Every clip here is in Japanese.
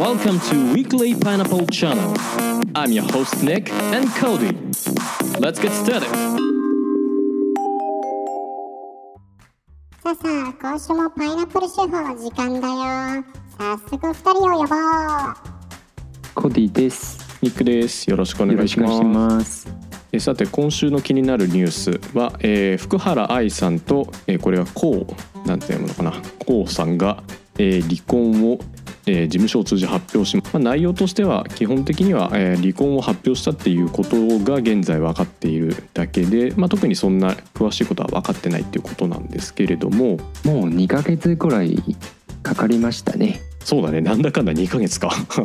Welcome to Weekly Pineapple Channel. I'm your host Nick and Cody. Let's get started. さあ今週もパイナップル手法の時間だよ。早速2人を呼ぼう。 コディです。 ニックです。よろしくお願いします。さて今週の気になるニュースは、福原愛さんと、これはコウなんていうのかな、コウさんが、離婚を、事務所を通じ発表し、内容としては基本的には、離婚を発表したっていうことが現在分かっているだけで、特にそんな詳しいことは分かってないっていうことなんですけれども、 もう2ヶ月くらいかかりましたね。 そうだね、なんだかんだ2ヶ月か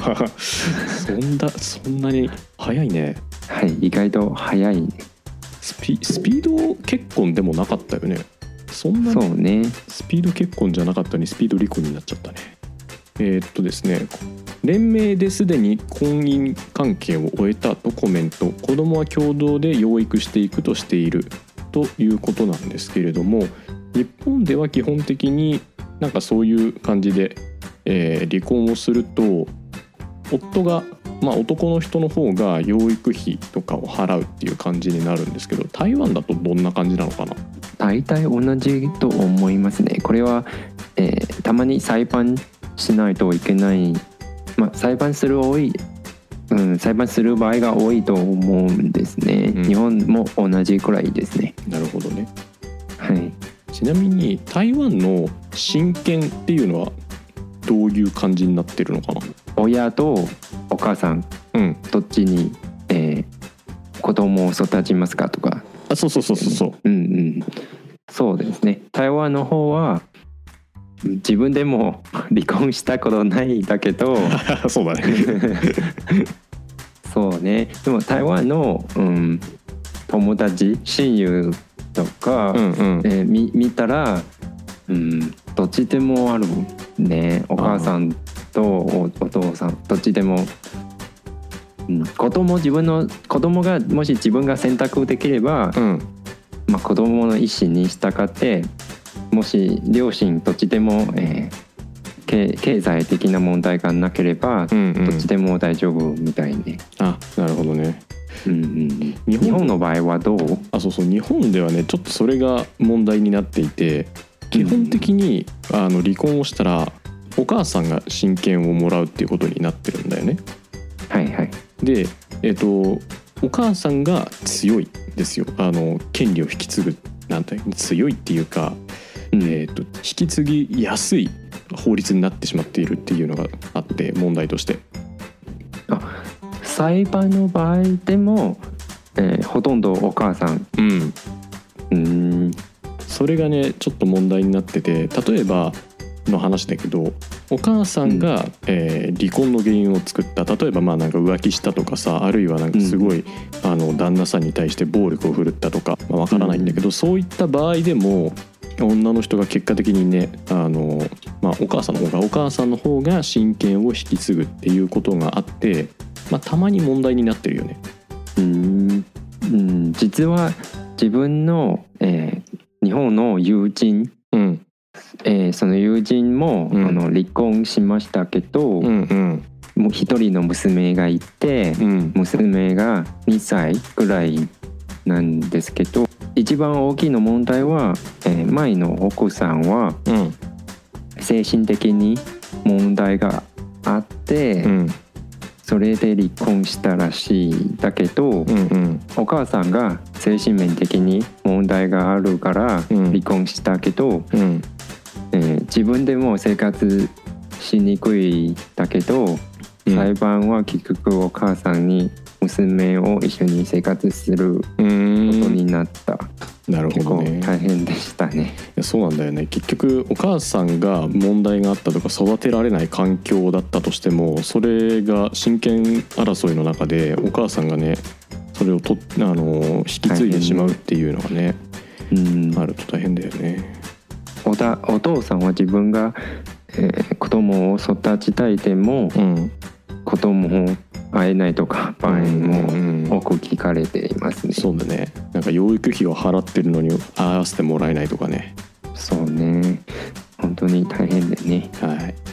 そんなに早いね。 はい、意外と早いね。 スピード結婚でもなかったよね。そんなにそうね、 スピード結婚じゃなかったのにスピード離婚になっちゃったね。ですね、連名ですでに婚姻関係を終えたとコメント。子供は共同で養育していくとしているということなんですけれども、日本では基本的になんかそういう感じで、離婚をすると夫が、男の人の方が養育費とかを払うっていう感じになるんですけど、台湾だとどんな感じなのかな。 大体同じと思いますね。これは、たまに裁判しないといけない、裁判する場合が多いと思うんですね、日本も同じくらいですね。 なるほどね。 はい。 ちなみに台湾の親権っていうのはどういう感じになってるのかな。 親とお母さん、どっちに、子供を育ちますかとか。 そう、 そうですね。台湾の方は自分でも離婚したことないだけどそうだねそうね。でも台湾の、友達親友とか、見たら、どっちでもあるね。お母さんと お父さんどっちでも、子供がもし自分が選択できれば、子供の意思に従って、もし両親どっちでも、経済的な問題がなければ、どっちでも大丈夫みたいね。 なるほどね。 日本の場合はどう？ 日本ではね、ちょっとそれが問題になっていて、基本的に離婚をしたらお母さんが親権をもらうっていうことになってるんだよね。 はいはい。 で、お母さんが強いですよ。権利を引き継ぐなんて強いっていうか、引き継ぎやすい法律になってしまっているっていうのがあって、問題として。 裁判の場合でも、ほとんどお母さん。 それがねちょっと問題になってて、例えばの話だけど、お母さんが、離婚の原因を作った。例えばなんか浮気したとかさ、あるいはなんかすごい、旦那さんに対して暴力を振るったとか、わからないんだけど、そういった場合でも女の人が結果的にね、お母さんの方が親権を引き継ぐっていうことがあって、たまに問題になってるよね。 実は自分の、日本の友人、その友人も、離婚しましたけど、もう一人の娘がいて、娘が2歳ぐらいなんですけど、一番大きな問題は、前の奥さんは、精神的に問題があって、それで離婚したらしい。だけど、お母さんが精神面的に問題があるから離婚したけど、自分でも生活しにくいだけど、裁判は結局お母さんに娘を一緒に生活することになった。 なるほどね。 結構大変でしたね。 いや、そうなんだよね。結局お母さんが問題があったとか育てられない環境だったとしても、それが親権争いの中でお母さんがねそれを引き継いでしまうっていうのがね、あると大変だよね。 お父さんは自分が、子供を育ちたいでも、子供を会えないとか場合も多く聞かれていますね。 そうだね。なんか養育費を払ってるのに会わせてもらえないとかね。 そうね。本当に大変だよね。 はい。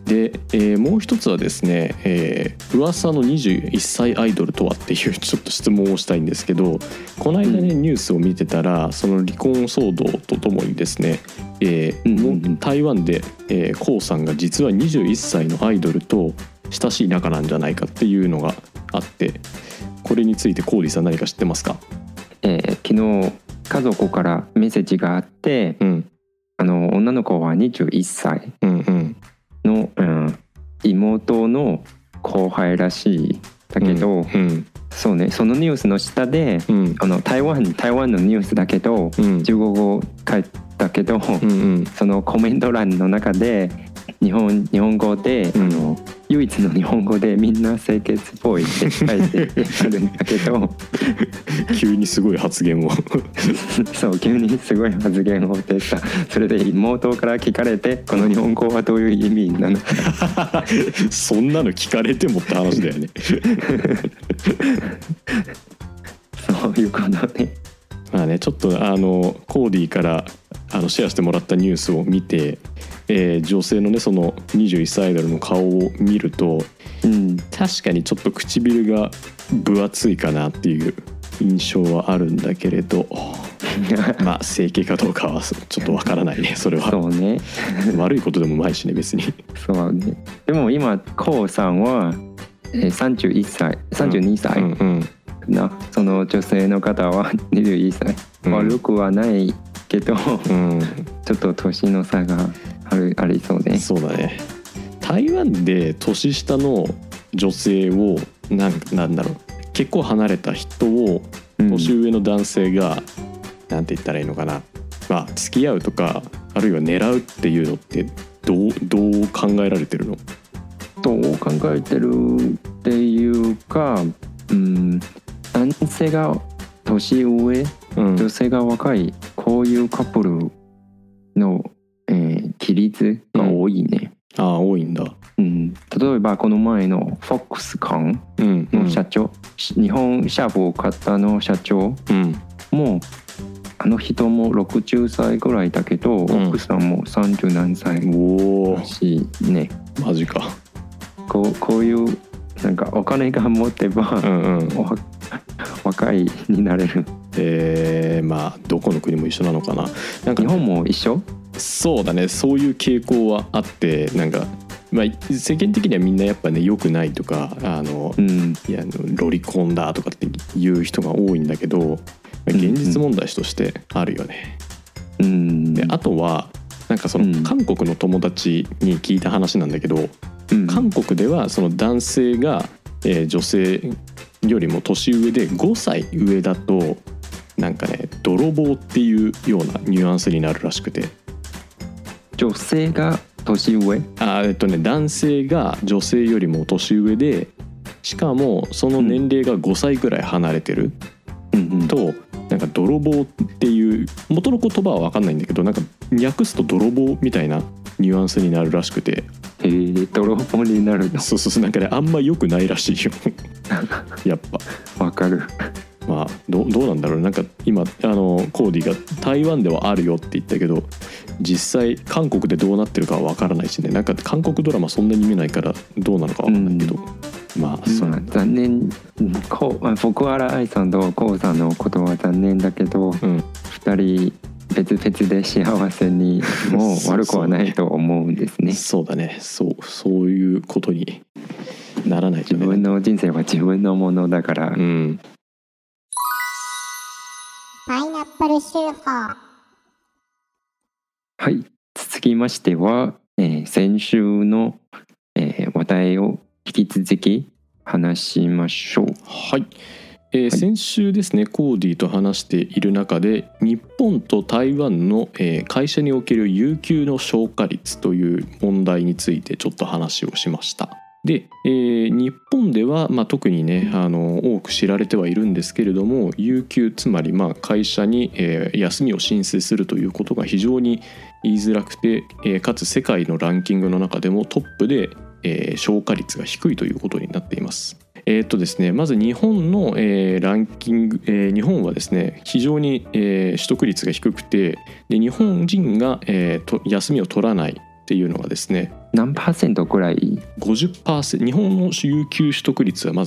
で、もう一つはですね、噂の21歳アイドルとはっていうちょっと質問をしたいんですけど、この間ね、ニュースを見てたらその離婚騒動とともにですね、台湾で、コウさんが実は21歳のアイドルと親しい仲なんじゃないかっていうのがあって、これについてコーディさん何か知ってますか？ 昨日家族からメッセージがあって、女の子は21歳の、妹の後輩らしいだけど、そうね、そのニュースの下で、台湾のニュースだけど、中国語書いたけど、そのコメント欄の中で日本語で、唯一の日本語でみんな清潔っぽいって書いてあるんだけど急にすごい発言をそう急にすごい発言をしてた。それで妹から聞かれて、この日本語はどういう意味なのそんなの聞かれてもって話だよねそういうことね。 まあね、ちょっとコーディからシェアしてもらったニュースを見て、女性のねその21歳アイドルの顔を見ると、確かにちょっと唇が分厚いかなっていう印象はあるんだけれどまあ整形かどうかはちょっとわからないね、それは。そうね悪いことでもないしね別に。 そうね。でも今コウさんは31歳32歳、その女性の方は21歳、悪くはないけど、ちょっと年の差がありそうね。 そうだね。台湾で年下の女性をなんだろう、結構離れた人を年上の男性が、なんて言ったらいいのかな、まあ付き合うとかあるいは狙うっていうのってどう考えられてるの？ どう考えてるっていうか、男性が年上、女性が若い、こういうカップルの、比率が多いね。 多いんだ。 例えばこの前のフォックスコンの社長、日本シャープを買ったの社長、もうあの人も60歳ぐらいだけど、奥さんも30何歳らしいね。 マジか。 こういうなんかお金が持てば、若いになれる。 まあどこの国も一緒なのかな。なんか日本も一緒？ そうだね、そういう傾向はあって、なんか、まあ、世間的にはみんなやっぱね良くないとかいやロリコンだとかって言う人が多いんだけど、現実問題としてあるよね。であとはなんかその韓国の友達に聞いた話なんだけど、韓国ではその男性が、女性よりも年上で5歳上だとなんかね泥棒っていうようなニュアンスになるらしくて。 女性が年上？ 男性が女性よりも年上で、しかもその年齢が5歳ぐらい離れてる、となんか泥棒っていう元の言葉は分かんないんだけど、なんか訳すと泥棒みたいなニュアンスになるらしくて。 泥棒になるの？ そうなんかねあんま良くないらしいよやっぱ。 わかる。 まあどうなんだろう。なんか今コーディが台湾ではあるよって言ったけど、実際韓国でどうなってるかは分からないしね。なんか韓国ドラマそんなに見ないからどうなのか分かんないけど、まあそうなんだ。 残念。福原愛さんとコウさんのことは残念だけど、2人別々で幸せにも悪くはないと思うんですね。 そうだね。そういうことにならないとね。 自分の人生は自分のものだから。 パイナップル手法。 はい、続きましては、先週の、話題を引き続き話しましょう。 はい。先週ですね、コーディと話している中で日本と台湾の、会社における有給の消化率という問題についてちょっと話をしました。で、日本では、特にね多く知られてはいるんですけれども、有給つまり会社に、休みを申請するということが非常に言いづらくて、かつ世界のランキングの中でもトップで、消化率が低いということになっています。ですね、まず日本の、ランキング、日本はですね非常に、取得率が低くて、で日本人が、休みを取らないっていうのがですね何%くらい？ 50%。日本の有給取得率はまず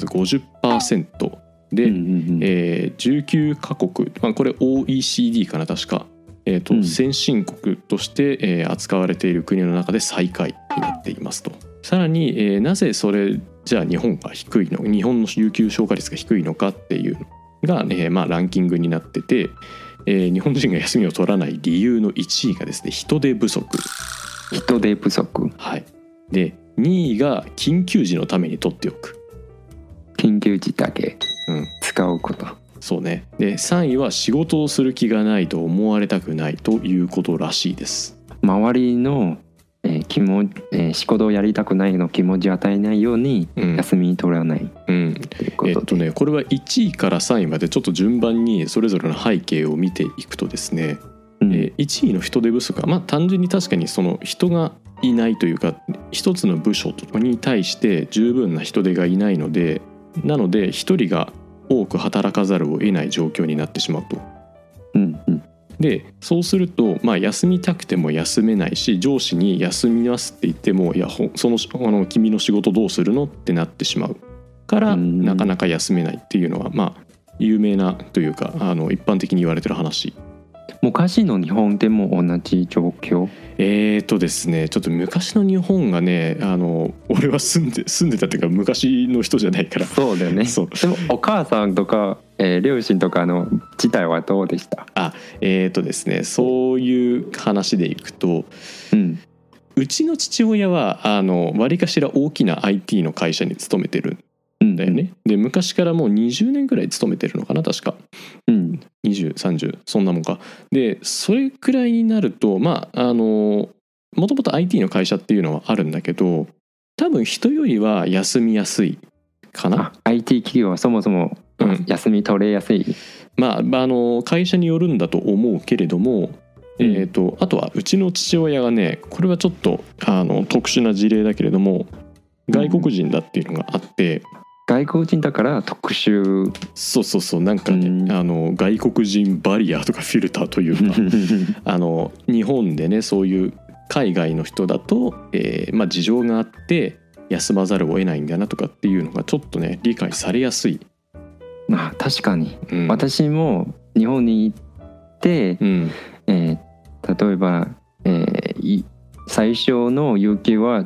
50% で、19カ国、これ OECD かな確か、先進国として、扱われている国の中で最下位になっていますと。さらに、なぜそれじゃあ日本が低いの、日本の有給消化率が低いのかっていうのが、ランキングになってて、日本人が休みを取らない理由の1位がですね、人手不足。 人手不足。 はい。で2位が緊急時のために取っておく。 緊急時だけ使うこと、 そうね。で3位は仕事をする気がないと思われたくないということらしいです。 周りの、仕事をやりたくないの気持ちを与えないように休み取らない、 これは1位から3位までちょっと順番にそれぞれの背景を見ていくとですね、1位の人手不足は、単純に確かにその人がいないというか、一つの部署に対して十分な人手がいないので、なので一人が多く働かざるを得ない状況になってしまうと。でそうすると、休みたくても休めないし、上司に休みますって言っても、いや君の仕事どうするのってなってしまうから、なかなか休めないっていうのは有名なというか、一般的に言われてる話。 昔の日本でも同じ状況？ ですね、ちょっと昔の日本がね、俺は住んでたっていうか昔の人じゃないから。 そうだよね。でもお母さんとか、両親とかの自体はどうでした？ ですね、そういう話でいくと、うちの父親はわりかしら大きな IT の会社に勤めてるんだよね。で昔からもう20年ぐらい勤めてるのかな確か。20、30そんなもんか。でそれくらいになるともともと IT の会社っていうのはあるんだけど、多分人よりは休みやすいかな。 IT 企業はそもそも休み取れやすい。 会社によるんだと思うけれども、あとはうちの父親がね、これはちょっと特殊な事例だけれども、外国人だっていうのがあって、 外国人だから特殊。 そうなんかね、外国人バリアとかフィルターというか日本でね、そういう海外の人だと、事情があって休まざるを得ないんだなとかっていうのがちょっとね理解されやすい。 確かに、私も日本に行って、例えば、最初の有給は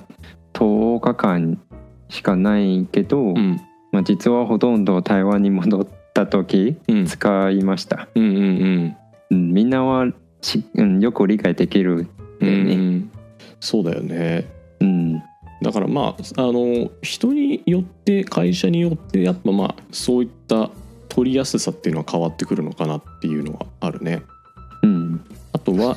10日間しかないけど、実はほとんど台湾に戻った時使いました。みんなはよく理解できる、 そうだよね。だから人によって会社によってやっぱそういった取りやすさっていうのは変わってくるのかなっていうのはあるね。あとは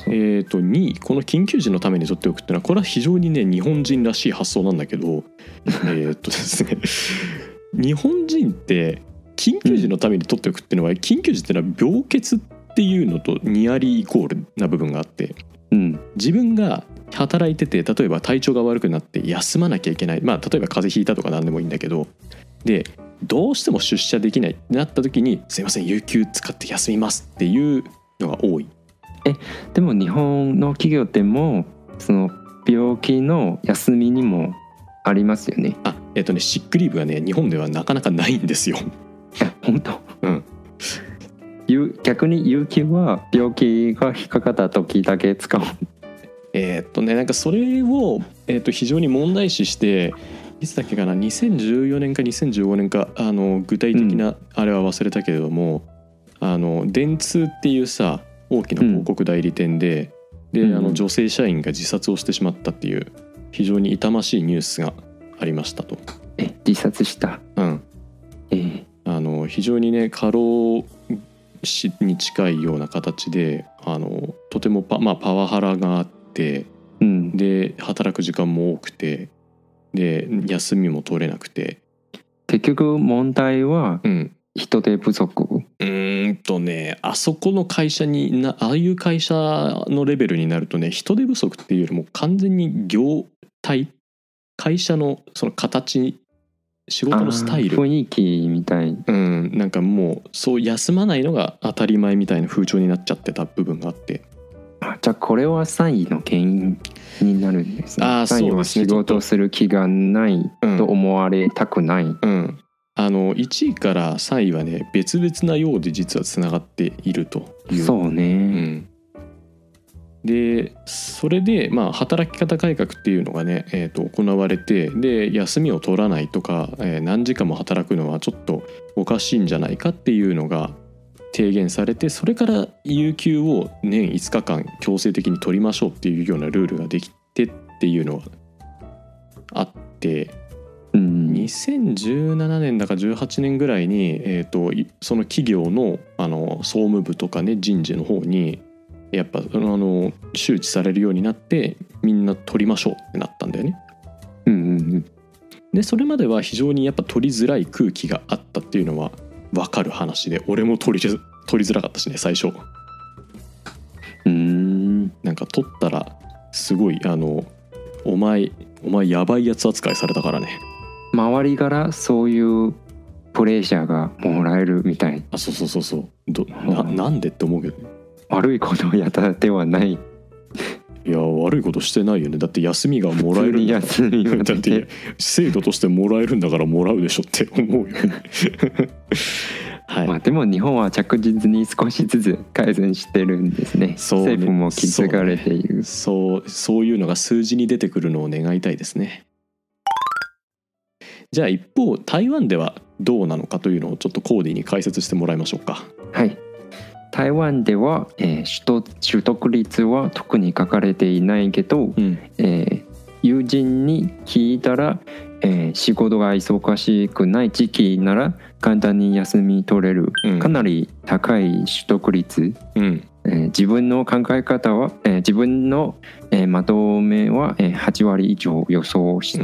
2位、この緊急時のために取っておくっていうのは、これは非常にね日本人らしい発想なんだけどですね、日本人って緊急時のために取っておくっていうのは、緊急時っていうのは病欠っていうのとニアリーイコールな部分があって、自分が働いてて、例えば体調が悪くなって休まなきゃいけない、例えば風邪ひいたとか何でもいいんだけど、でどうしても出社できないってなった時に、すいません有給使って休みますっていうのが多い。 でも日本の企業でもその病気の休みにもありますよね。 シックリーブがね日本ではなかなかないんですよ。 本当？逆に有給は病気が引っかかった時だけ使う。 なんかそれを、非常に問題視して、いつだっけかな、2014年か2015年か具体的なあれは忘れたけれども、電通っていうさ大きな広告代理店で、女性社員が自殺をしてしまったっていう非常に痛ましいニュースがありましたと。 自殺した？ 非常にね過労死に近いような形で、とてもパワハラがあって、で働く時間も多くて、で休みも取れなくて、 結局問題は人手不足。 あそこの会社にああいう会社のレベルになるとね、人手不足っていうよりも完全に業態、会社のその形、仕事のスタイル、 雰囲気みたい。 なんかもうそう休まないのが当たり前みたいな風潮になっちゃってた部分があって。 じゃあこれは3位の原因？ になるんですね。 あ、そうですね。 仕事する気がないと思われたくない。 1位から3位はね別々なようで実はつながっているという。 そうね。 でそれで働き方改革っていうのがね、行われて、で休みを取らないとか、何時間も働くのはちょっとおかしいんじゃないかっていうのが提言されて、それから有給を年5日間強制的に取りましょうっていうようなルールができてっていうのがあって、2017年だか18年ぐらいに、その企業の、総務部とかね人事の方にやっぱ周知されるようになって、みんな取りましょうってなったんだよね。でそれまでは非常にやっぱ取りづらい空気があったっていうのは分かる話で、俺も取りづらかったしね最初。なんか取ったらすごいお前やばいやつ扱いされたからね。 周りからそういうプレッシャーがもらえるみたい。 そうなんでって思うけど、 悪いことをやったではない。 いや悪いことしてないよね。だって休みがもらえるんだ休みをだって制度としてもらえるんだからもらうでしょって思うよね。 でも日本は着実に少しずつ改善してるんですね。政府も気づかれている。 そういうのが数字に出てくるのを願いたいですね。じゃあ一方台湾ではどうなのかというのをちょっとコーディに解説してもらいましょうか。 はい。台湾では、取得率は特に書かれていないけど、友人に聞いたら、仕事が忙しくない時期なら簡単に休み取れる、かなり高い取得率、自分の考え方は、自分の、まとめは、8割以上予想して、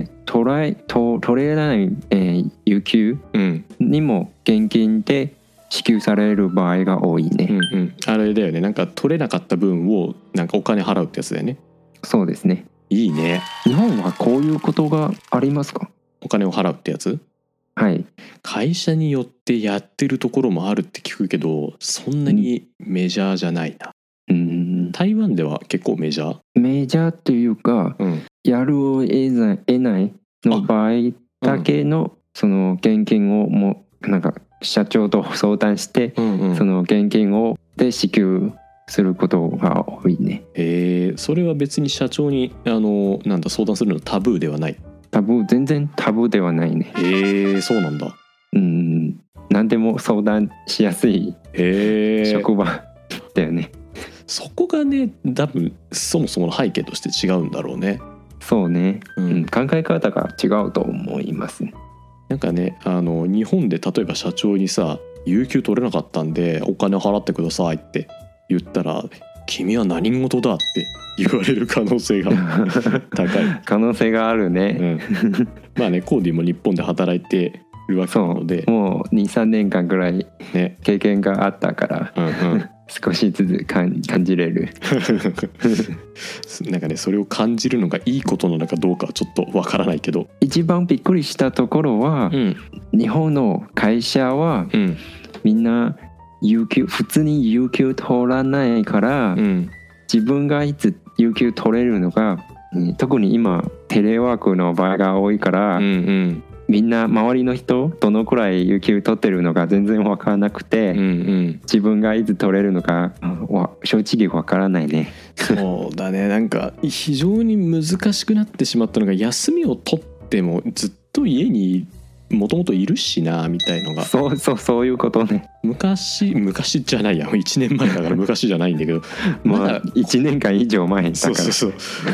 取れない、有給にも現金で支給される場合が多いね。 あれだよね、なんか取れなかった分をなんかお金払うってやつだよね。 そうですね。 いいね。 日本はこういうことがありますか？ お金を払うってやつ？ はい。 会社によってやってるところもあるって聞くけど、そんなにメジャーじゃないな。台湾では結構メジャー？ メジャーというか、やるを得ないの場合だけのその現金をもなんか社長と相談して、その現金をで支給することが多いね。 それは別に社長になんだ相談するのタブーではない？ 全然タブーではないね。 そうなんだ。 何でも相談しやすい職場だよね。 そこがね多分そもそもの背景として違うんだろうね。 そうね、考え方が違うと思います。 なんかね日本で例えば社長にさ有給取れなかったんでお金払ってくださいって言ったら、君は何事だって言われる可能性が高い。 可能性があるね。 まあね、コーディも日本で働いてるわけなので、 もう 2,3 年間ぐらい経験があったから、少しずつ感じれる。 なんかね、それを感じるのがいいことなのかどうかはちょっとわからないけど、 一番びっくりしたところは、日本の会社は、みんな普通に有給取らないから、自分がいつ有給取れるのか、特に今テレワークの場合が多いから、みんな周りの人どのくらい有給取ってるのか全然分からなくて、自分がいつ取れるのか正直分からないね。 そうだね。なんか非常に難しくなってしまったのが、休みを取ってもずっと家にもともといるしなみたいのが、 そういうことね。昔じゃないや、1年前だから昔じゃないんだけどまだ1年間以上前だから。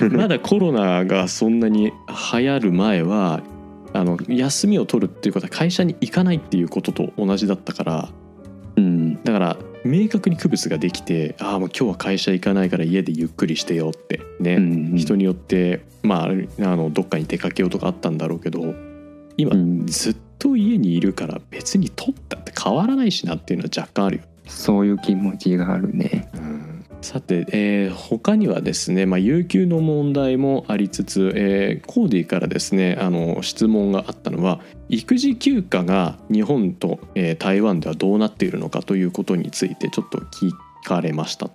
まだコロナがそんなに流行る前は休みを取るっていうことは会社に行かないっていうことと同じだったから、だから明確に区別ができて、もう今日は会社行かないから家でゆっくりしてよってね、人によってどっかに出かけようとかあったんだろうけど、今、ずっと家にいるから別に取ったって変わらないしなっていうのは若干あるよ。 そういう気持ちがあるね。 さて、他にはですね、有給の問題もありつつ、コーディからですね質問があったのは、育児休暇が日本と、台湾ではどうなっているのかということについてちょっと聞かれましたと。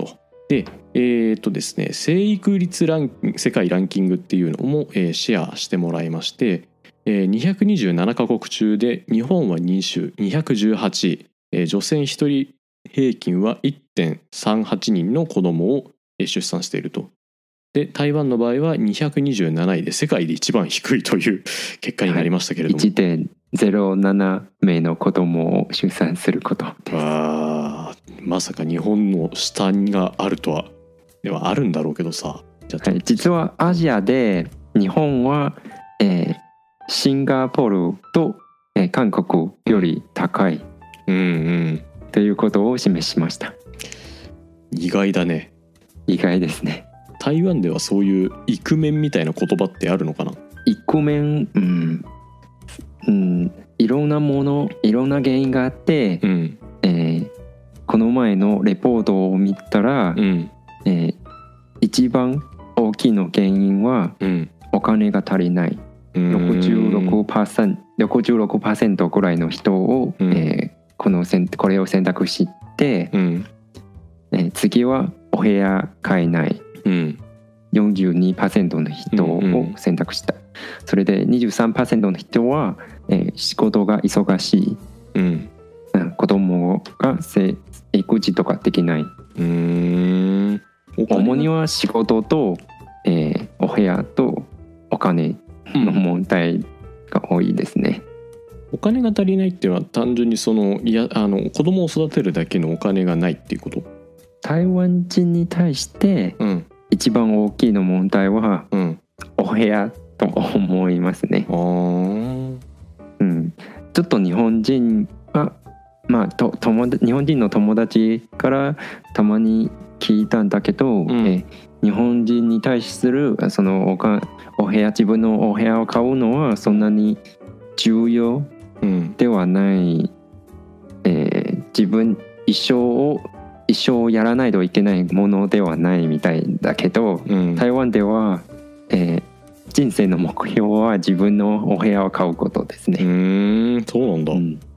でですね、生育率世界ランキングっていうのも、シェアしてもらいまして、227カ国中で日本は218位、女性1人平均は 1.38 人の子供を出産していると。で台湾の場合は227位で世界で一番低いという結果になりましたけれども、 はい、1.07 名の子供を出産することです。 まさか日本の下があるとは、ではあるんだろうけどさ、 はい、実はアジアで日本は、シンガポールと、韓国より高い、ということを示しました。 意外だね。 意外ですね。 台湾ではそういうイクメンみたいな言葉ってあるのかな？ イクメン、いろんなもの、いろんな原因があって、この前のレポートを見たら、一番大きいの原因は、お金が足りない。66% ぐらいの人を、これを選択して、次はお部屋買えない。42% の人を選択した。それで 23% の人は、仕事が忙しい。子供が育児とかできない。主には仕事と、お部屋とお金の問題が多いですね。 お金が足りないっていうのは単純に子供を育てるだけのお金がないっていうこと？ 台湾人に対して、一番大きいの問題は、お部屋と思いますね。ちょっと日本人は、日本人の友達からたまに聞いたんだけど、日本人に対するその自分のお部屋を買うのはそんなに重要ではない、自分一生やらないといけないものではないみたいだけど、台湾では、人生の目標は自分のお部屋を買うことですね。 そうなんだ。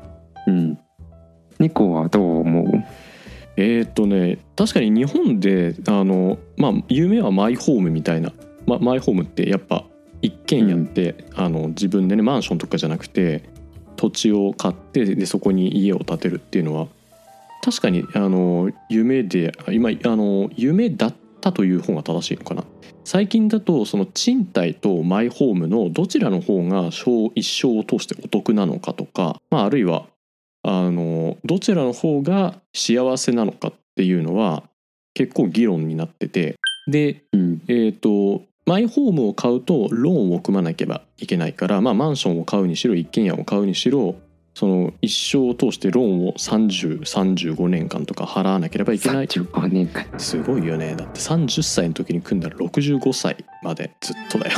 ニコはどう思う？ 確かに日本で夢はマイホームみたいな、マイホームってやっぱ一軒家って、自分でねマンションとかじゃなくて土地を買ってでそこに家を建てるっていうのは確かに夢で夢だったという方が正しいのかな。最近だとその賃貸とマイホームのどちらの方が一生を通してお得なのかとか、あるいはどちらの方が幸せなのかっていうのは結構議論になってて、で、マイホームを買うとローンを組まなければいけないから、マンションを買うにしろ一軒家を買うにしろその一生を通してローンを35年間とか払わなければいけない。 35年間すごいよね。だって30歳の時に組んだら65歳までずっとだよ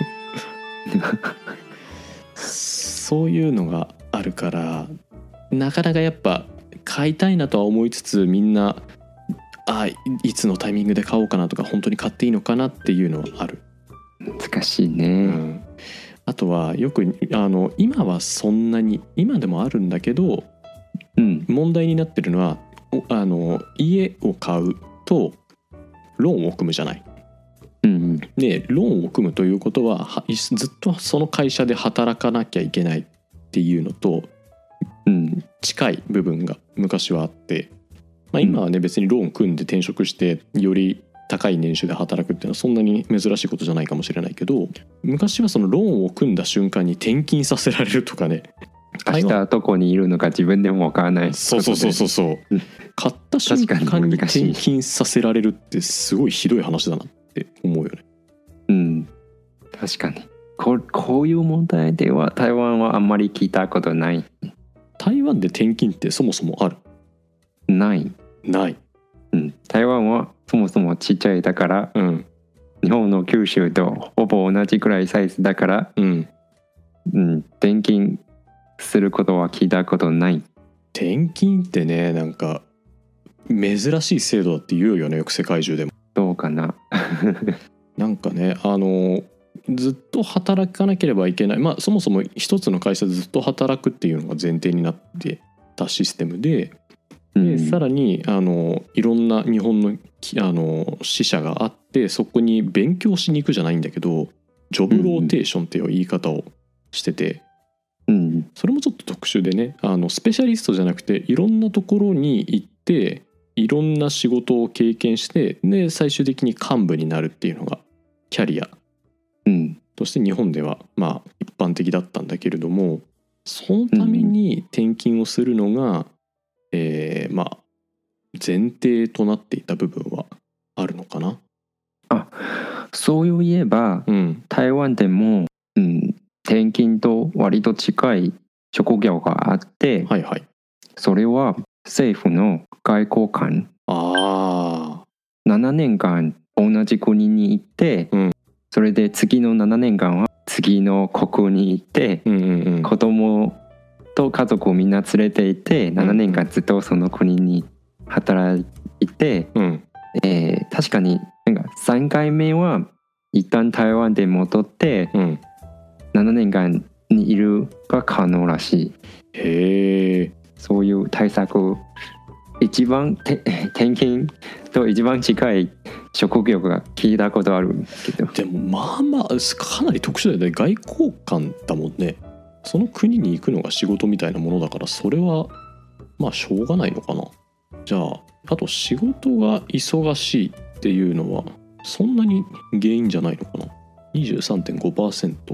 そういうのがあるからなかなかやっぱ買いたいなとは思いつつ、みんないつのタイミングで買おうかなとか本当に買っていいのかなっていうのはある。 難しいね。 あとはよく今はそんなに今でもあるんだけど、問題になってるのは家を買うとローンを組むじゃない。でローンを組むということはずっとその会社で働かなきゃいけないっていうのと、近い部分が昔はあって、今はね別にローン組んで転職してより高い年収で働くっていうのはそんなに珍しいことじゃないかもしれないけど、昔はそのローンを組んだ瞬間に転勤させられるとかね、 明日どこにいるのか自分でも分からない。 そう買った瞬間に転勤させられるってすごいひどい話だなって思うよね。 確かにこういう問題では台湾はあんまり聞いたことない。 台湾で転勤ってそもそもある？ない。 台湾はそもそもちっちゃいだから、日本の九州とほぼ同じくらいサイズだから、転勤することは聞いたことない。 転勤ってね、なんか珍しい制度だって言うよね、よく世界中でも。 どうかななんかね、ずっと働かなければいけない、そもそも一つの会社でずっと働くっていうのが前提になってたシステムで、 でさらにいろんな日本の支社があって、そこに勉強しに行くじゃないんだけど、ジョブローテーションっていう言い方をしてて、それもちょっと特殊でね、スペシャリストじゃなくていろんなところに行っていろんな仕事を経験して、で最終的に幹部になるっていうのがキャリアとして日本ではまあ一般的だったんだけれども、そのために転勤をするのが、まあ前提となっていた部分はあるのかな。 そういえば、台湾でも、転勤と割と近い職業があって、それは政府の外交官。7年間同じ国に行って、それで次の7年間は次の国に行って、子供と家族をみんな連れて行って、7年間ずっとその国に働いて、確かになんか3回目は一旦台湾で戻って、7年間にいるが可能らしい。そういう対策、一番転勤と一番近い職業が聞いたことあるけど、 でもまあまあかなり特殊だよね。外交官だもんね。その国に行くのが仕事みたいなものだから、それはまあしょうがないのかな。じゃああと仕事が忙しいっていうのはそんなに原因じゃないのかな。 23.5%。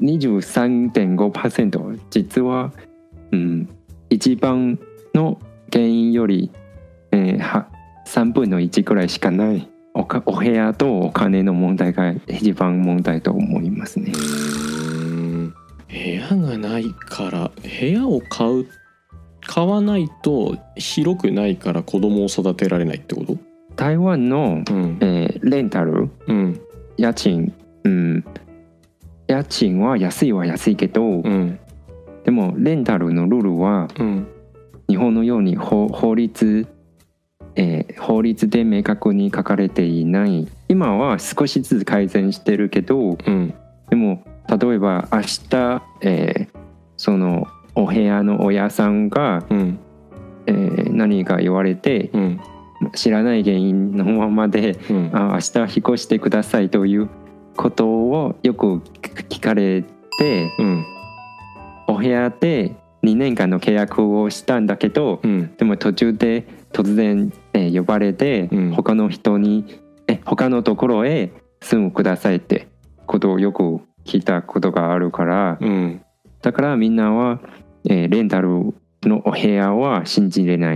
23.5% 実は、一番の原因より、3分の1くらいしかない。お部屋とお金の問題が一番問題と思いますね。 部屋がないから、部屋を買わないと広くないから子供を育てられないってこと？ 台湾の、レンタル、家賃、家賃は安いけど、でもレンタルのルールは、日本のように法律で明確に書かれていない。今は少しずつ改善してるけど、でも例えば明日、そのお部屋の親さんが、何か言われて、知らない原因のままで、明日引っ越してくださいということをよく聞かれて、お部屋で2年間の契約をしたんだけど、でも途中で突然、呼ばれて、他のところへ住むくださいってことをよく聞いたことがあるから、だからみんなは、レンタルのお部屋は信じれない。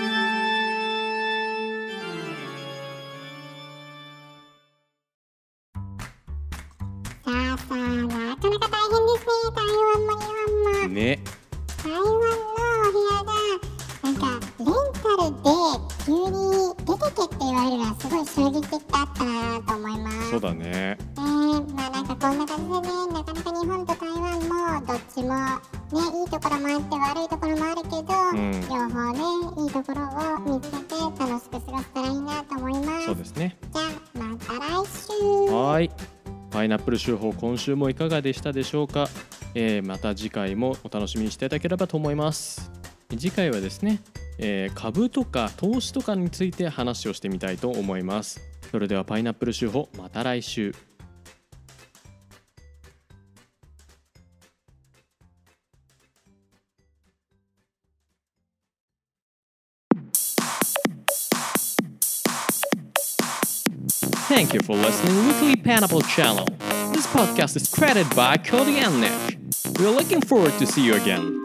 なかなか大変ですね、台湾も日本も。 ね。 台湾のお部屋がなんかレンタルで急に出てけって言われるのはすごい衝撃的だったなと思います。 そうだね。 まあなんかこんな感じでね、なかなか日本と台湾もどっちもね、いいところもあって悪いところもあるけど、両方ね、いいところを見つけて楽しく過ごせたらいいなと思います。 そうですね。 じゃあまた来週。 はい。パイナップル手法、今週もいかがでしたでしょうか。また次回もお楽しみにしていただければと思います。次回はですね、株とか投資とかについて話をしてみたいと思います。それではパイナップル手法、また来週。Thank you for listening Weekly Pineapple Channel. This podcast is credited by Cody and Nick. We are looking forward to see you again.